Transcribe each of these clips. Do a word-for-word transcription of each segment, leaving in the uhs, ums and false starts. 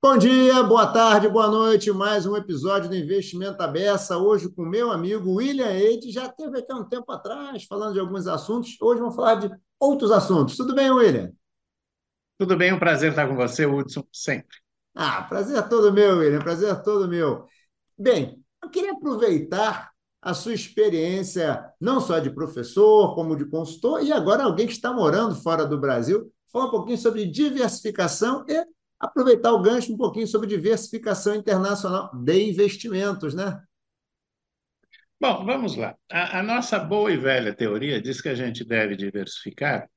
Bom dia, boa tarde, boa noite. Mais um episódio do Investimento à Beça. Hoje com meu amigo William Eide. Já teve aqui há um tempo atrás, falando de alguns assuntos. Hoje vamos falar de outros assuntos. Tudo bem, William? Tudo bem, um prazer estar com você, Hudson, sempre. Ah, prazer todo meu, William. Prazer todo meu. Bem, eu queria aproveitar a sua experiência, não só de professor, como de consultor, e agora alguém que está morando fora do Brasil, falar um pouquinho sobre diversificação e aproveitar o gancho um pouquinho sobre diversificação internacional de investimentos, né? Bom, vamos lá. A, a nossa boa e velha teoria diz que a gente deve diversificar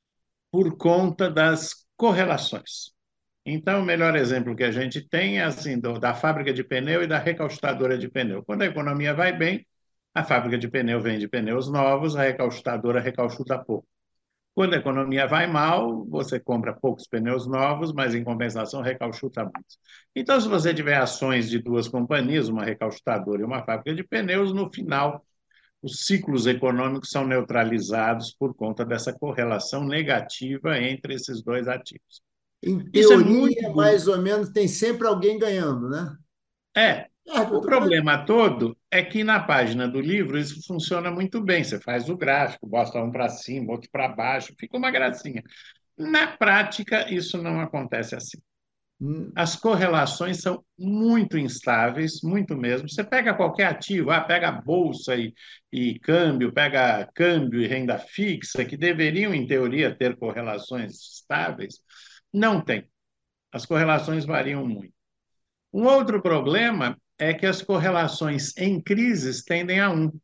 por conta das correlações. Então, o melhor exemplo que a gente tem é assim, do- da fábrica de pneu e da recauchutadora de pneu. Quando a economia vai bem, a fábrica de pneu vende pneus novos, a recauchutadora recauchuta pouco. Quando a economia vai mal, você compra poucos pneus novos, mas em compensação recauchuta muito. Então, se você tiver ações de duas companhias, uma recauchutadora e uma fábrica de pneus, no final, os ciclos econômicos são neutralizados por conta dessa correlação negativa entre esses dois ativos. Em Isso é muito teoria, bonito. mais ou menos, tem sempre alguém ganhando, né? É, Perde o outro ganha. problema todo é que na página do livro isso funciona muito bem. Você faz o gráfico, bota um para cima, outro para baixo, fica uma gracinha. Na prática, isso não acontece assim. Hum, As correlações são muito instáveis, muito mesmo. Você pega qualquer ativo, ah, pega bolsa e, e câmbio, pega câmbio e renda fixa, que deveriam, em teoria, ter correlações estáveis, não tem. As correlações variam muito. Um outro problema é que as correlações em crises tendem a um.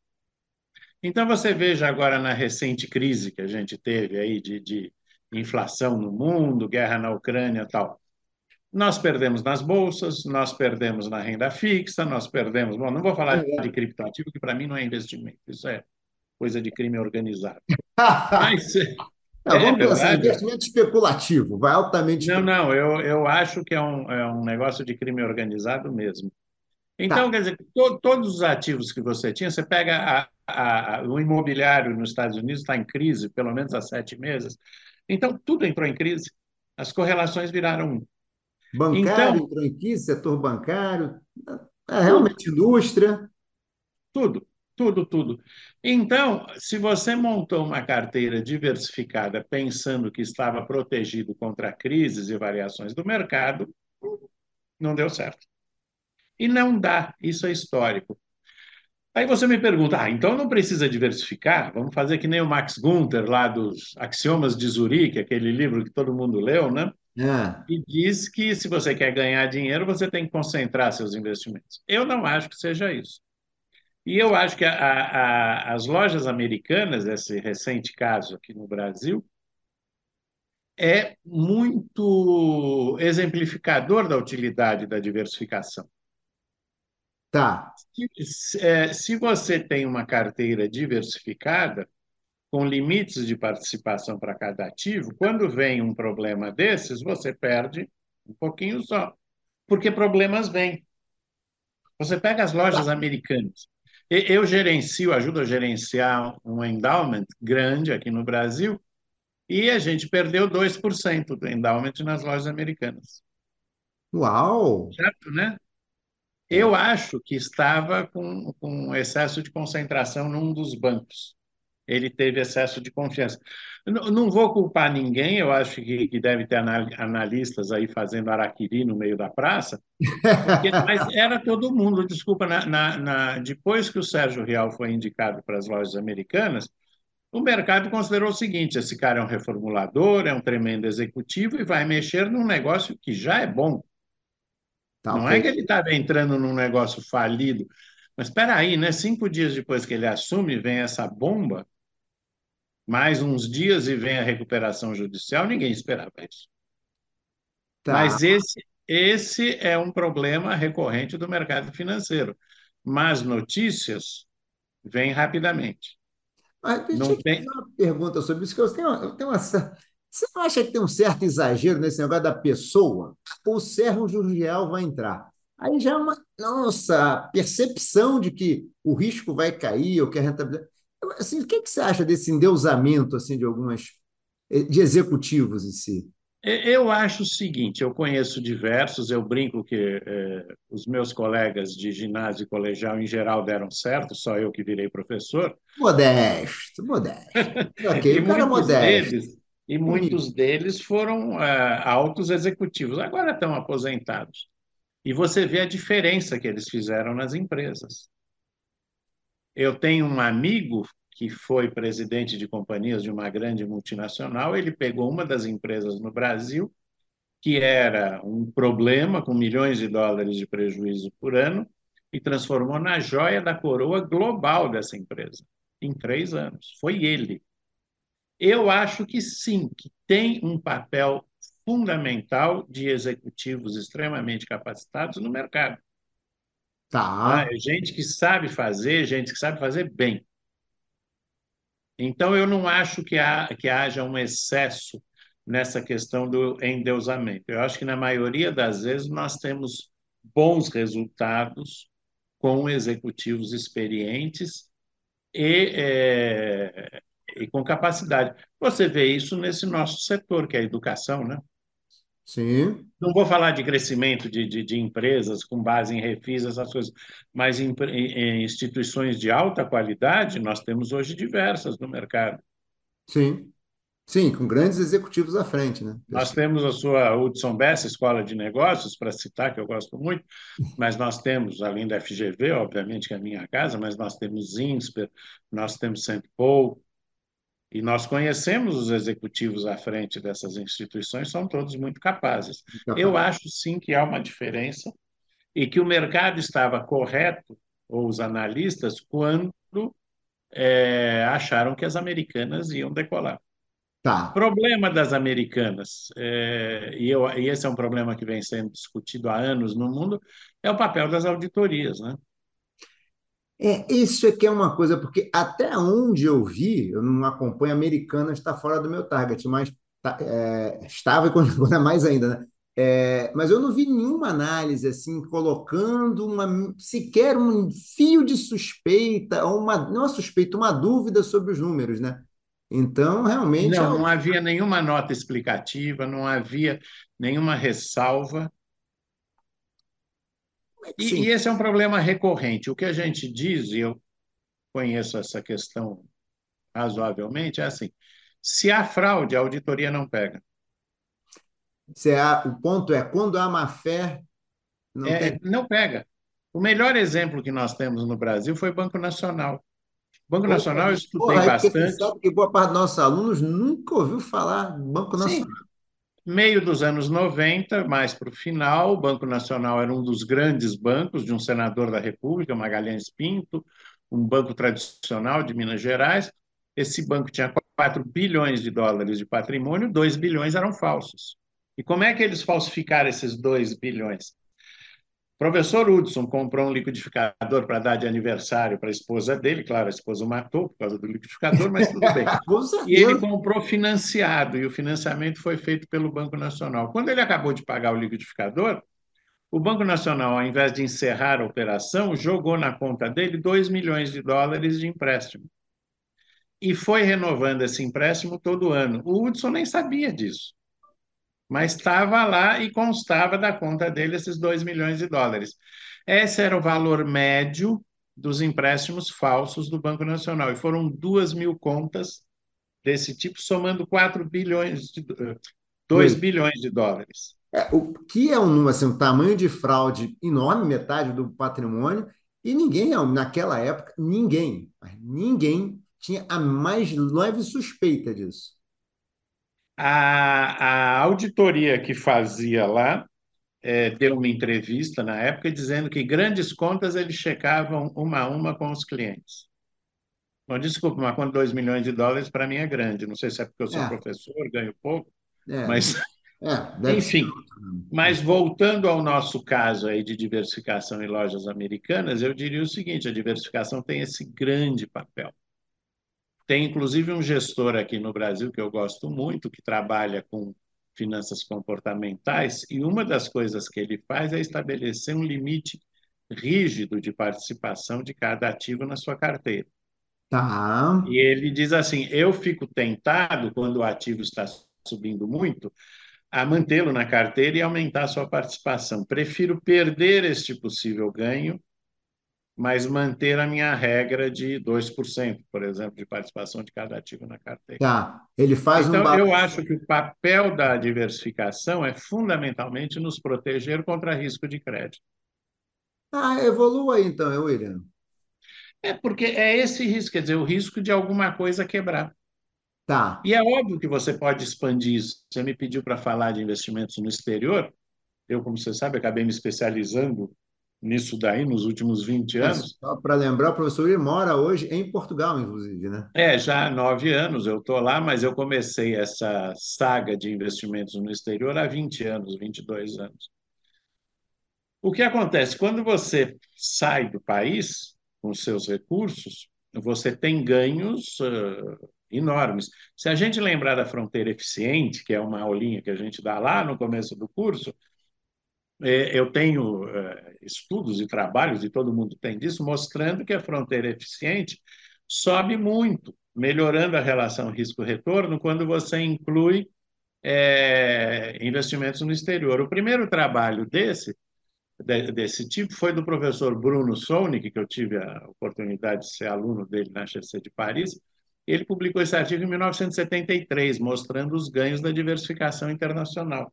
Então, você veja agora na recente crise que a gente teve aí de, de inflação no mundo, guerra na Ucrânia e tal. Nós perdemos nas bolsas, nós perdemos na renda fixa, nós perdemos. Bom, não vou falar de criptoativo, que para mim não é investimento, isso é coisa de crime organizado. Mas Não, é vamos pensar, verdade. investimento especulativo, vai altamente Não, especulativo. não, eu, eu acho que é um, é um negócio de crime organizado mesmo. Então, Tá. quer dizer, to, todos os ativos que você tinha, você pega a, a, o imobiliário nos Estados Unidos está em crise, pelo menos há sete meses. Então, tudo entrou em crise. As correlações viraram um. Bancário, Então, entrou em crise, setor bancário, é, tudo. realmente indústria. Tudo, tudo, tudo. Então, se você montou uma carteira diversificada pensando que estava protegido contra crises e variações do mercado, não deu certo. E não dá, isso é histórico. Aí você me pergunta, ah, então não precisa diversificar? Vamos fazer que nem o Max Gunther, lá dos Axiomas de Zurique, aquele livro que todo mundo leu, né? É, E diz que se você quer ganhar dinheiro, você tem que concentrar seus investimentos. Eu não acho que seja isso. E eu acho que a- a- as lojas americanas, esse recente caso aqui no Brasil, é muito exemplificador da utilidade da diversificação. tá. Se, é, se você tem uma carteira diversificada, com limites de participação para cada ativo, quando vem um problema desses, você perde um pouquinho só, porque problemas vêm. Você pega as lojas americanas. E- Eu gerencio, ajudo a gerenciar um endowment grande aqui no Brasil e a gente perdeu dois por cento do endowment nas lojas americanas. Uau! Certo, né? É. Eu acho que estava com, com excesso de concentração num dos bancos. Ele teve excesso de confiança. Não, não vou culpar ninguém, eu acho que, que deve ter anal- analistas aí fazendo araquiri no meio da praça, porque, mas era todo mundo, desculpa, na, na, na- depois que o Sérgio Rial foi indicado para as lojas americanas, o mercado considerou o seguinte: esse cara é um reformulador, é um tremendo executivo e vai mexer num negócio que já é bom. Tá Não ok. é que ele estava entrando num negócio falido. Mas espera aí, né? Cinco dias depois que ele assume, vem essa bomba, mais uns dias e vem a recuperação judicial, ninguém esperava isso. Tá. Mas esse, esse é um problema recorrente do mercado financeiro. Mas notícias vêm rapidamente. Mas deixa Não eu te tem. fazer uma pergunta sobre isso, que eu tenho, eu tenho uma. cer- Você não acha que tem um certo exagero nesse negócio da pessoa? O Sérgio Real vai entrar. Aí já é uma, nossa, percepção de que o risco vai cair, ou que a rentabilidade. Eu, Assim, o que que você acha desse endeusamento assim, de algumas, eh, de executivos em si? Eu acho o seguinte, eu conheço diversos, eu brinco que eh, os meus colegas de ginásio e colegial em geral deram certo, só eu que virei professor, Modesto, modesto. Ok, e o cara é muitos modesto, deles, e humilde. muitos deles foram eh, altos executivos, agora estão aposentados. E você vê a diferença que eles fizeram nas empresas. Eu tenho um amigo que foi presidente de companhias de uma grande multinacional, ele pegou uma das empresas no Brasil que era um problema com milhões de dólares de prejuízo por ano e transformou na joia da coroa global dessa empresa em três anos. Foi ele. Eu acho que sim, que tem um papel fundamental de executivos extremamente capacitados no mercado. Tá? Tá, É gente que sabe fazer, gente que sabe fazer bem. Então, eu não acho que, há, que haja um excesso nessa questão do endeusamento. Eu acho que, na maioria das vezes, nós temos bons resultados com executivos experientes e, é, e com capacidade. Você vê isso nesse nosso setor, que é a educação, né? sim, Não vou falar de crescimento de, de, de empresas com base em refis, essas coisas, mas em, em em instituições de alta qualidade, nós temos hoje diversas no mercado. sim. Sim, com grandes executivos à frente, né? Nós Pessoal. temos a sua Hudson Bess, Escola de Negócios, para citar, que eu gosto muito, mas nós temos, além da F G V, obviamente, que é a minha casa, mas nós temos INSPER, nós temos Saint Paul, e nós conhecemos os executivos à frente dessas instituições, são todos muito capazes. Eu Capaz. acho, sim, que há uma diferença e que o mercado estava correto, ou os analistas, quando é, acharam que as americanas iam decolar. Tá. Problema das americanas, é, e, eu, e esse é um problema que vem sendo discutido há anos no mundo, é o papel das auditorias, né? É, isso é que é uma coisa, porque até onde eu vi, eu não acompanho Americanas, está fora do meu target, mas tá, é, estava e continua mais ainda, né? É, mas eu não vi nenhuma análise assim, colocando uma, sequer um fio de suspeita, ou uma, não uma suspeita, uma dúvida sobre os números, né? Então, realmente, é, Não, o- não havia nenhuma nota explicativa, não havia nenhuma ressalva. como é que E, sim, e esse é um problema recorrente. O que a gente diz, e eu conheço essa questão razoavelmente, é assim: se há fraude, a auditoria não pega. se há- o ponto é, quando há má fé, não É, tem. não pega. O melhor exemplo que nós temos no Brasil foi o Banco Nacional. O Banco Porra, Nacional eu estudei porra, é porque você bastante. sabe que boa parte dos nossos alunos nunca ouviu falar do Banco Sim, Nacional. meio dos anos noventa, mais para o final, o Banco Nacional era um dos grandes bancos de um senador da República, Magalhães Pinto, um banco tradicional de Minas Gerais. Esse banco tinha quatro bilhões de dólares de patrimônio, dois bilhões eram falsos. E como é que eles falsificaram esses dois bilhões? O professor Hudson comprou um liquidificador para dar de aniversário para a esposa dele, claro, a esposa o matou por causa do liquidificador, mas tudo bem. Com E ele certeza. comprou financiado, e o financiamento foi feito pelo Banco Nacional. Quando ele acabou de pagar o liquidificador, o Banco Nacional, ao invés de encerrar a operação, jogou na conta dele dois milhões de dólares de empréstimo. E foi renovando esse empréstimo todo ano. O Hudson nem sabia disso, mas estava lá e constava da conta dele esses dois milhões de dólares. Esse era o valor médio dos empréstimos falsos do Banco Nacional, e foram duas mil contas desse tipo, somando quatro bilhões de, dois Dois. bilhões de dólares. É, o que é um, assim, um tamanho de fraude enorme, metade do patrimônio, e ninguém, naquela época, ninguém, ninguém tinha a mais leve suspeita disso. A, a auditoria que fazia lá é, deu uma entrevista na época dizendo que grandes contas eles checavam uma a uma com os clientes. Bom, desculpa, uma conta de dois milhões de dólares para mim é grande. Não sei se é porque eu sou É, professor, ganho pouco, é, mas, é, deve ser. enfim. Mas voltando ao nosso caso aí de diversificação em lojas americanas, eu diria o seguinte: a diversificação tem esse grande papel. Tem inclusive um gestor aqui no Brasil que eu gosto muito, que trabalha com finanças comportamentais, e uma das coisas que ele faz é estabelecer um limite rígido de participação de cada ativo na sua carteira. Tá. E ele diz assim: eu fico tentado, quando o ativo está subindo muito, a mantê-lo na carteira e aumentar a sua participação. Prefiro perder este possível ganho, mas manter a minha regra de dois por cento, por exemplo, de participação de cada ativo na carteira. Tá. Ele faz um Então, eu balanço. acho que o papel da diversificação é fundamentalmente nos proteger contra risco de crédito. Ah, evolua aí então, William. É porque é esse risco, quer dizer, o risco de alguma coisa quebrar. Tá. E é óbvio que você pode expandir isso. Você me pediu para falar de investimentos no exterior. Eu, como você sabe, acabei me especializando nisso daí nos últimos vinte É, anos. só para lembrar, o professor William mora hoje em Portugal, inclusive, né? É, já há nove anos eu estou lá, mas eu comecei essa saga de investimentos no exterior há vinte anos, vinte e dois anos. O que acontece? Quando você sai do país com seus recursos, você tem ganhos uh, enormes. Se a gente lembrar da fronteira eficiente, que é uma aulinha que a gente dá lá no começo do curso, eh, eu tenho uh, estudos e trabalhos, e todo mundo tem disso, mostrando que a fronteira eficiente sobe muito, melhorando a relação risco-retorno quando você inclui eh, investimentos no exterior. O primeiro trabalho desse desse tipo foi do professor Bruno Sounik, que eu tive a oportunidade de ser aluno dele na H E C de Paris. Ele publicou esse artigo em mil novecentos e setenta e três, mostrando os ganhos da diversificação internacional.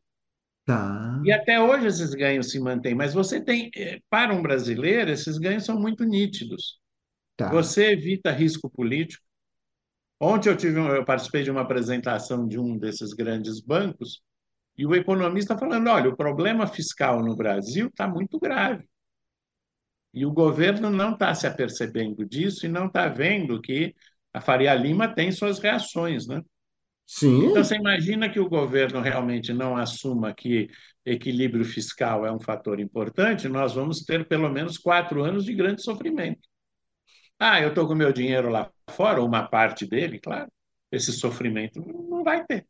E Tá, até hoje esses ganhos se mantêm, mas você tem, eh, para um brasileiro, esses ganhos são muito nítidos. tá. Você evita risco político. Ontem eu tive, um- eu participei de uma apresentação de um desses grandes bancos e o economista falando, olha, o problema fiscal no Brasil está muito grave. E o governo não está se apercebendo disso e não está vendo que a Faria Lima tem suas reações, né? Então, Sim, você imagina que o governo realmente não assuma que equilíbrio fiscal é um fator importante, nós vamos ter pelo menos quatro anos de grande sofrimento. Ah, eu estou com meu dinheiro lá fora, uma parte dele, claro, esse sofrimento não vai ter.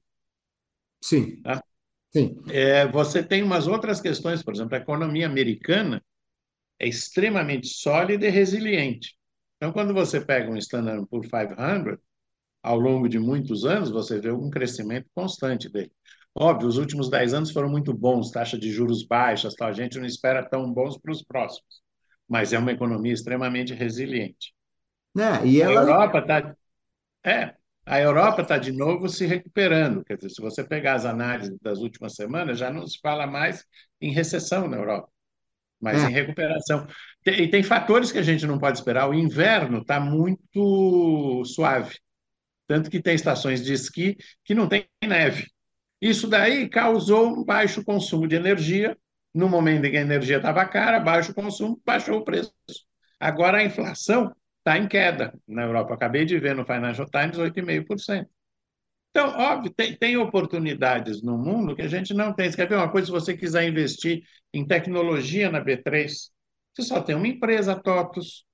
sim, Tá? sim. É, você tem umas outras questões, por exemplo, a economia americana é extremamente sólida e resiliente. Então, quando você pega um Standard Poor's quinhentos, ao longo de muitos anos, você vê um crescimento constante dele. Óbvio, os últimos dez anos foram muito bons, taxa de juros baixas, tal. A gente não espera tão bons para os próximos, mas é uma economia extremamente resiliente. Né? E A ela. Europa está é, a Europa está de novo se recuperando. Quer dizer, se você pegar as análises das últimas semanas, já não se fala mais em recessão na Europa, mas É, em recuperação. E tem fatores que a gente não pode esperar. O inverno está muito suave, tanto que tem estações de esqui que não tem neve. Isso daí causou um baixo consumo de energia. No momento em que a energia estava cara, baixo consumo, baixou o preço. Agora a inflação está em queda na Europa. Acabei de ver no Financial Times oito vírgula cinco por cento. Então, óbvio, tem, tem oportunidades no mundo que a gente não tem. Você quer ver uma coisa? Se você quiser investir em tecnologia na B três, você só tem uma empresa, a TOTUS.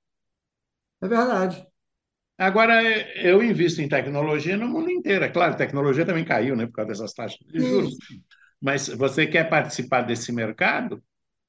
é verdade. Agora, eu invisto em tecnologia no mundo inteiro. É claro, a tecnologia também caiu, né, por causa dessas taxas de Sim, juros. Mas você quer participar desse mercado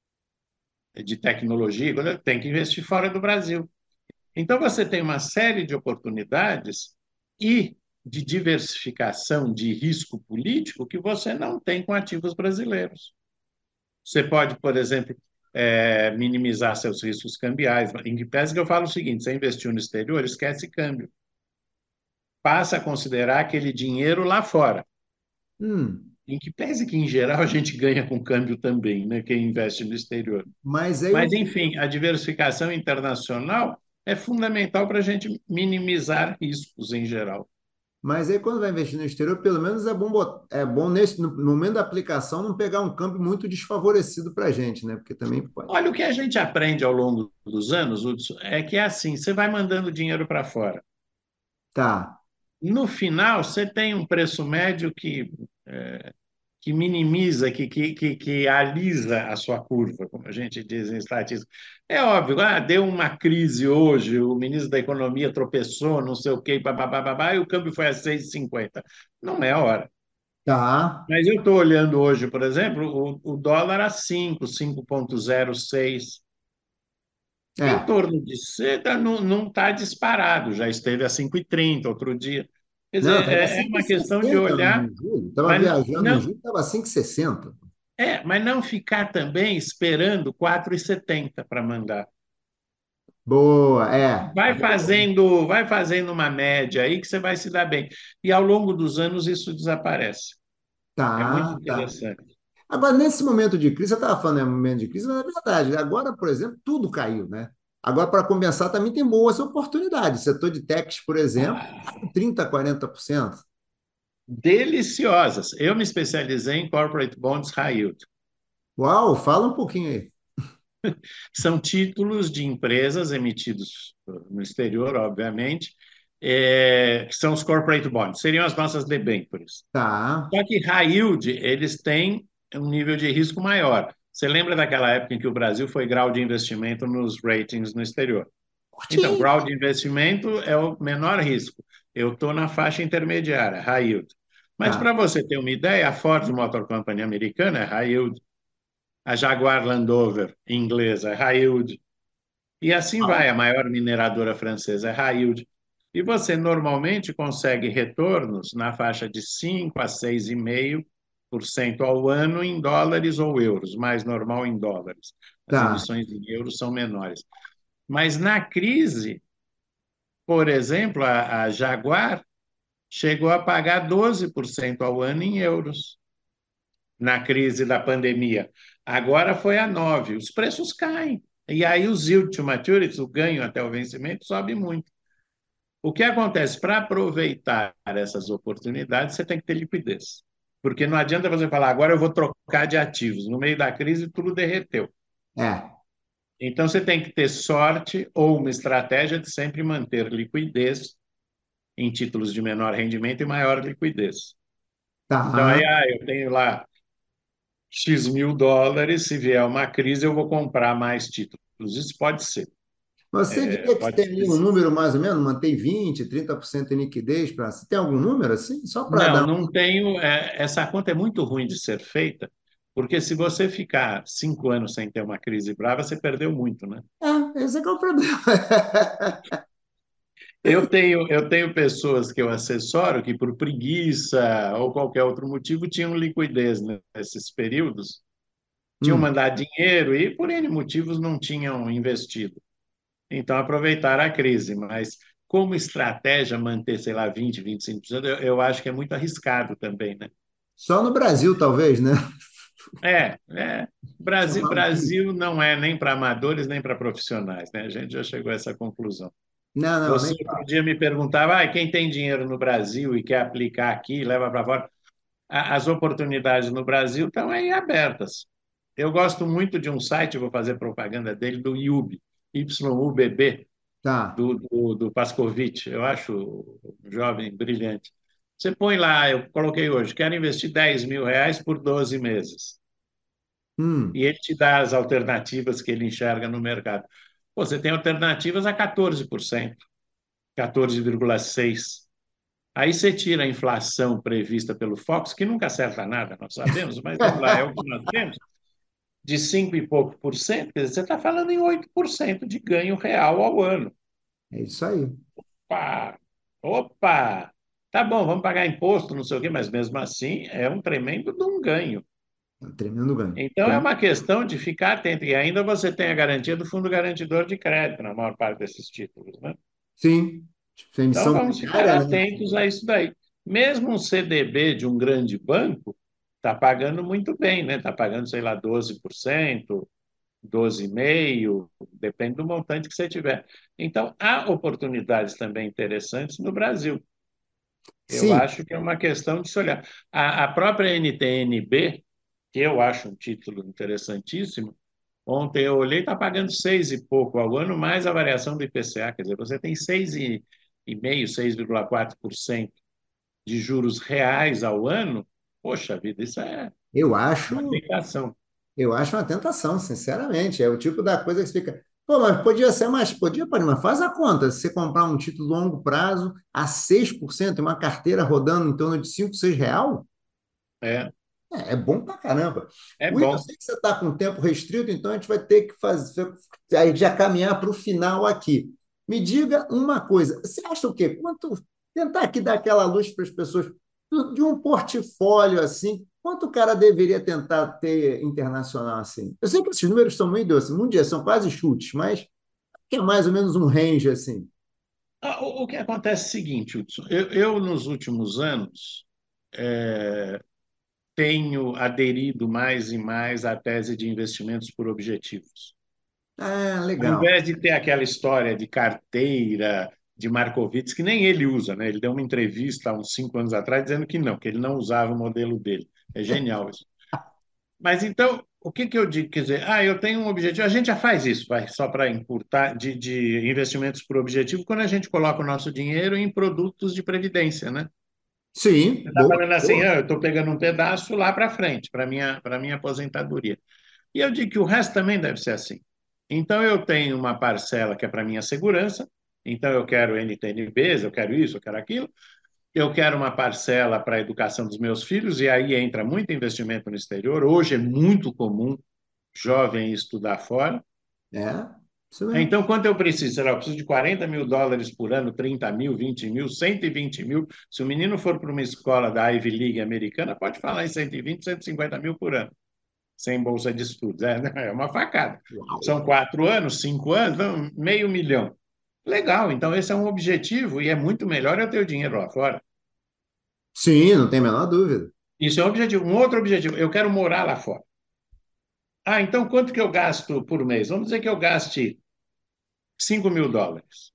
de tecnologia, tem que investir fora do Brasil. Então, você tem uma série de oportunidades e de diversificação de risco político que você não tem com ativos brasileiros. Você pode, por exemplo, é, minimizar seus riscos cambiais. Em que pese que eu falo o seguinte: você investiu no exterior, esquece câmbio. Passa a considerar aquele dinheiro lá fora. hum, Em que pese que, em geral, a gente ganha com câmbio também, né? Quem investe no exterior. mas aí Mas, o. enfim, a diversificação internacional é fundamental para a gente minimizar riscos em geral. Mas aí, quando vai investir no exterior, pelo menos é bom, bot- é bom nesse, no no momento da aplicação não pegar um câmbio muito desfavorecido para a gente, né? Porque também pode. Olha, o que a gente aprende ao longo dos anos, Hudson, é que é assim: você vai mandando dinheiro para fora. Tá. No final, você tem um preço médio que é, que minimiza, que, que, que, que alisa a sua curva, como a gente diz em estatística. É óbvio, ah, deu uma crise hoje, o ministro da Economia tropeçou, não sei o quê, babá, e o câmbio foi a seis e cinquenta. Não é a hora. Tá. Mas eu estou olhando hoje, por exemplo, o, o dólar a cinco, cinco vírgula zero seis. Em É. torno de seda, não está disparado, já esteve a cinco e trinta outro dia. Quer Não, dizer, estava é é uma questão de cinco e sessenta olhar, no julho. Estava mas viajando em não, julho, estava cinco e sessenta. é, mas não ficar também esperando quatro e setenta para mandar. Boa, é. Vai fazendo, vai fazendo uma média aí que você vai se dar bem. E ao longo dos anos isso desaparece. É muito Tá, tá. interessante. Agora, nesse momento de crise, você estava falando em momento de crise, mas é verdade. Agora, por exemplo, tudo caiu, né? Agora, para compensar, também tem boas oportunidades. O setor de techs, por exemplo, trinta, quarenta por cento. Deliciosas. Eu me especializei em corporate bonds high yield. Uau, fala um pouquinho aí. São títulos de empresas emitidos no exterior, obviamente, é, que são os corporate bonds, seriam as nossas debêntures. Tá. Só que high yield, eles têm um nível de risco maior. Você lembra daquela época em que o Brasil foi grau de investimento nos ratings no exterior? Então, Curti. grau de investimento é o menor risco. Eu estou na faixa intermediária, high yield. Mas Tá. para você ter uma ideia, a Ford Motor Company americana é high yield, a Jaguar Land Rover inglesa é high yield, e assim vai, a maior mineradora francesa é high yield. E você normalmente consegue retornos na faixa de cinco a seis vírgula cinco por cento ao ano em dólares ou euros, mais normal em dólares. As Tá. emissões em euros são menores. Mas na crise, por exemplo, a, a Jaguar chegou a pagar doze por cento ao ano em euros na crise da pandemia. Agora foi a nove. Os preços caem. E aí os yield to maturity, o ganho até o vencimento, sobe muito. O que acontece? Para aproveitar essas oportunidades, você tem que ter liquidez. Porque não adianta você falar, agora eu vou trocar de ativos. No meio da crise, tudo derreteu. É. Então, você tem que ter sorte ou uma estratégia de sempre manter liquidez em títulos de menor rendimento e maior liquidez. Então, Tá. aí, ah, eu tenho lá X mil dólares, se vier uma crise, eu vou comprar mais títulos. Isso pode ser. Você É, diria que pode tem ali um ser. número mais ou menos, mantém vinte, trinta por cento de liquidez para. Você tem algum número assim? Só para Não, dar. não tenho. É, essa conta é muito ruim de ser feita, porque se você ficar cinco anos sem ter uma crise brava, você perdeu muito, né? É, esse é que é o problema. Eu tenho, eu tenho pessoas que eu assessoro que, por preguiça ou qualquer outro motivo, tinham liquidez nesses períodos, tinham Hum, mandado dinheiro e, por N motivos, não tinham investido. Então, aproveitaram a crise. Mas, como estratégia, manter, sei lá, vinte, vinte e cinco por cento, eu, eu acho que é muito arriscado também, né? só no Brasil, talvez, né? É, é. São Brasil, maluquice. Brasil não é nem para amadores nem para profissionais, né? A gente já chegou a essa conclusão. Não, não, Você nem outro fala. dia me perguntava, ah, quem tem dinheiro no Brasil e quer aplicar aqui, leva para fora. A- As oportunidades no Brasil estão aí abertas. Eu gosto muito de um site, vou fazer propaganda dele, do Y U B, Y U B B, Tá. do, do, do Pascovitch. Eu acho um jovem brilhante. Você põe lá, eu coloquei hoje, quero investir dez mil reais por doze meses. Hum, E ele te dá as alternativas que ele enxerga no mercado. Pô, você tem alternativas a quatorze por cento, quatorze vírgula seis por cento. Aí você tira a inflação prevista pelo Fox, que nunca acerta nada, nós sabemos, mas vamos lá, é o que nós temos, de cinco e pouco por cento, quer dizer, você está falando em oito por cento de ganho real ao ano. é isso aí. Opa! Opa! Tá bom, vamos pagar imposto, não sei o quê, mas mesmo assim é um tremendo de um ganho. É um tremendo ganho. Então, é Tremendo. uma questão de ficar atento. E ainda você tem a garantia do fundo garantidor de crédito na maior parte desses títulos, né? Sim. Tipo, Então, emissão vamos ficar bancária, né? atentos a isso daí. Mesmo um C D B de um grande banco está pagando muito bem, né? Está pagando, sei lá, doze por cento, doze vírgula cinco por cento, depende do montante que você tiver. Então, há oportunidades também interessantes no Brasil. Eu Sim. acho que é uma questão de se olhar. A, a própria N T N B, que eu acho um título interessantíssimo, ontem eu olhei, está pagando seis e pouco ao ano, mais a variação do I P C A, quer dizer, você tem seis e meio, seis vírgula quatro por cento de juros reais ao ano. Poxa vida, isso é Eu uma acho, tentação. eu acho uma tentação, sinceramente. É o tipo da coisa que você fica. Pô, mas podia ser mais, podia, pode, mas faz a conta. Se você comprar um título longo prazo a seis por cento, uma carteira rodando em torno de cinco, seis real, É, é, é bom pra caramba. é Will, eu bom. sei que você está com tempo restrito, então a gente vai ter que fazer, aí já caminhar para o final aqui. Me diga uma coisa, você acha o quê? Quanto tentar aqui dar aquela luz para as pessoas de um portfólio assim, quanto o cara deveria tentar ter internacional assim? Eu sei que esses números são muito doces, muito dia, são quase chutes, mas que é mais ou menos um range assim. Ah, O o que acontece é o seguinte, Hudson, eu, eu, nos últimos anos, é, tenho aderido mais e mais à tese de investimentos por objetivos. Ah, Ao legal. invés de ter aquela história de carteira, de Markowitz, que nem ele usa, né? Ele deu uma entrevista há uns cinco anos atrás dizendo que não, que ele não usava o modelo dele. É genial isso. Mas então, o que que eu digo? Quer dizer, ah, eu tenho um objetivo, a gente já faz isso, vai, só para encurtar, de, de investimentos por objetivo, quando a gente coloca o nosso dinheiro em produtos de previdência, né? Sim, Você está boa, falando assim, boa. ah, eu estou pegando um pedaço lá para frente, para minha, para minha aposentadoria. E eu digo que o resto também deve ser assim. Então, eu tenho uma parcela que é para minha segurança, então eu quero N T N Bs, eu quero isso, eu quero aquilo, eu quero uma parcela para a educação dos meus filhos, e aí entra muito investimento no exterior. Hoje é muito comum jovem estudar fora. É, isso mesmo. Então, quanto eu preciso? Sei lá, eu preciso de quarenta mil dólares por ano, trinta mil, vinte mil, cento e vinte mil. Se o menino for para uma escola da Ivy League americana, pode falar em cento e vinte, cento e cinquenta mil por ano, sem bolsa de estudos. É, é uma facada. Uau. São quatro anos, cinco anos, meio milhão. Legal, então esse é um objetivo e é muito melhor eu ter o dinheiro lá fora. Sim, não tem a menor dúvida. Isso é um objetivo. Um outro objetivo, eu quero morar lá fora. Ah, então quanto que eu gasto por mês? Vamos dizer que eu gaste cinco mil dólares.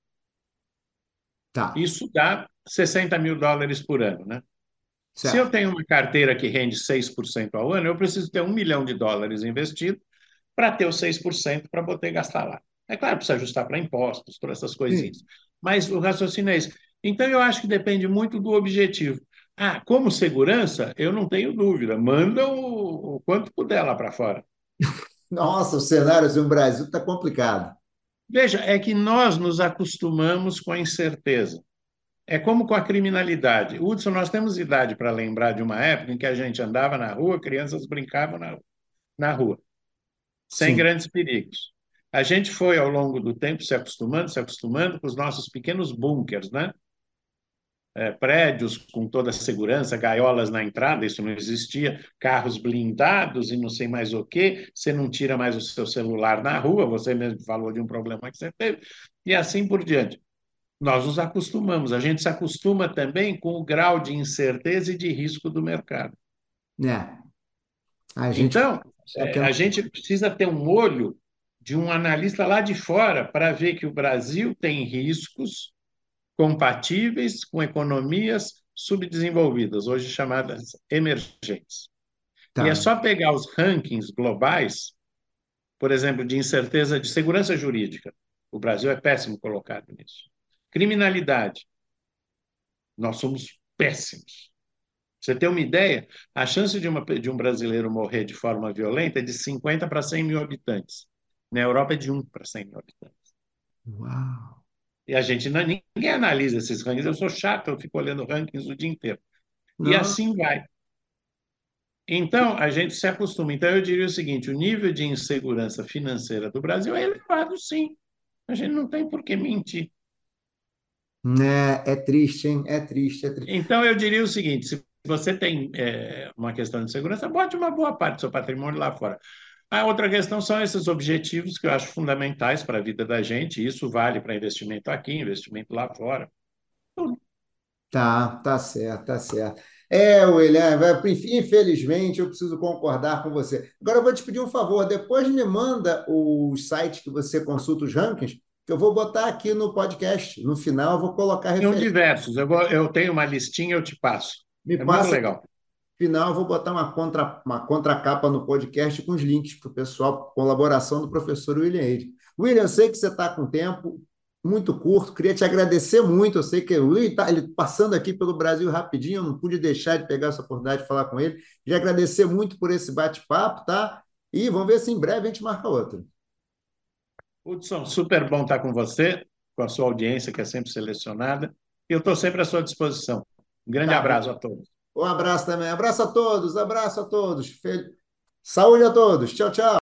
Tá, Isso dá sessenta mil dólares por ano, né? Se eu certo. tenho uma carteira que rende seis por cento ao ano, eu preciso ter um milhão de dólares investido para ter os seis por cento para poder gastar lá. É claro, precisa ajustar para impostos, todas essas coisinhas. Sim. Mas o raciocínio é esse. Então, eu acho que depende muito do objetivo. Ah, como segurança, eu não tenho dúvida. Manda o, o quanto puder lá para fora. Nossa, o cenário assim, no Brasil está complicado. Veja, é que nós nos acostumamos com a incerteza. É como com a criminalidade. Hudson, nós temos idade para lembrar de uma época em que a gente andava na rua, crianças brincavam na, na rua, sem Sim. grandes perigos. A gente foi, ao longo do tempo, se acostumando, se acostumando com os nossos pequenos bunkers, né? É, prédios com toda a segurança, gaiolas na entrada, isso não existia, carros blindados e não sei mais o quê, você não tira mais o seu celular na rua, você mesmo falou de um problema que você teve, e assim por diante. Nós nos acostumamos, a gente se acostuma também com o grau de incerteza e de risco do mercado. É, a gente Então, só que é, a gente precisa ter um olho de um analista lá de fora para ver que o Brasil tem riscos compatíveis com economias subdesenvolvidas, hoje chamadas emergentes. E é tá. só pegar os rankings globais, por exemplo, de incerteza de segurança jurídica. O Brasil é péssimo colocado nisso. Criminalidade, nós somos péssimos. Pra você ter uma ideia, a chance de, uma, de um brasileiro morrer de forma violenta é de cinquenta para cem mil habitantes. Na Europa é de um para cem mil habitantes. Uau. E a gente não, ninguém analisa esses rankings. Eu sou chato, eu fico olhando rankings o dia inteiro. E Não, assim vai. Então, a gente se acostuma. Então, eu diria o seguinte: o nível de insegurança financeira do Brasil é elevado, sim. A gente não tem por que mentir. é, é triste, hein? É triste, é triste. Então, eu diria o seguinte: se você tem é, uma questão de segurança, bote uma boa parte do seu patrimônio lá fora. A outra questão são esses objetivos que eu acho fundamentais para a vida da gente. Isso vale para investimento aqui, investimento lá fora. Tá, tá certo, tá certo. É, William, vai- enfim, infelizmente eu preciso concordar com você. Agora eu vou te pedir um favor, depois me manda o site que você consulta os rankings, que eu vou botar aqui no podcast. No final eu vou colocar São referência. diversos. Eu, vou, eu tenho uma listinha, eu te passo. Me É muito passa legal. no final, eu vou botar uma, contra, uma contracapa no podcast com os links para o pessoal, colaboração do professor William Eide. William, eu sei que você está com tempo muito curto, queria te agradecer muito. Eu sei que o William está ele passando aqui pelo Brasil rapidinho, eu não pude deixar de pegar essa oportunidade de falar com ele. Queria agradecer muito por esse bate-papo, tá? E vamos ver se em breve a gente marca outro. Hudson, super bom estar com você, com a sua audiência, que é sempre selecionada. E eu estou sempre à sua disposição. Um grande Tá abraço a bom. todos. Um abraço também. Abraço a todos, abraço a todos. Fe- Saúde a todos. Tchau, tchau.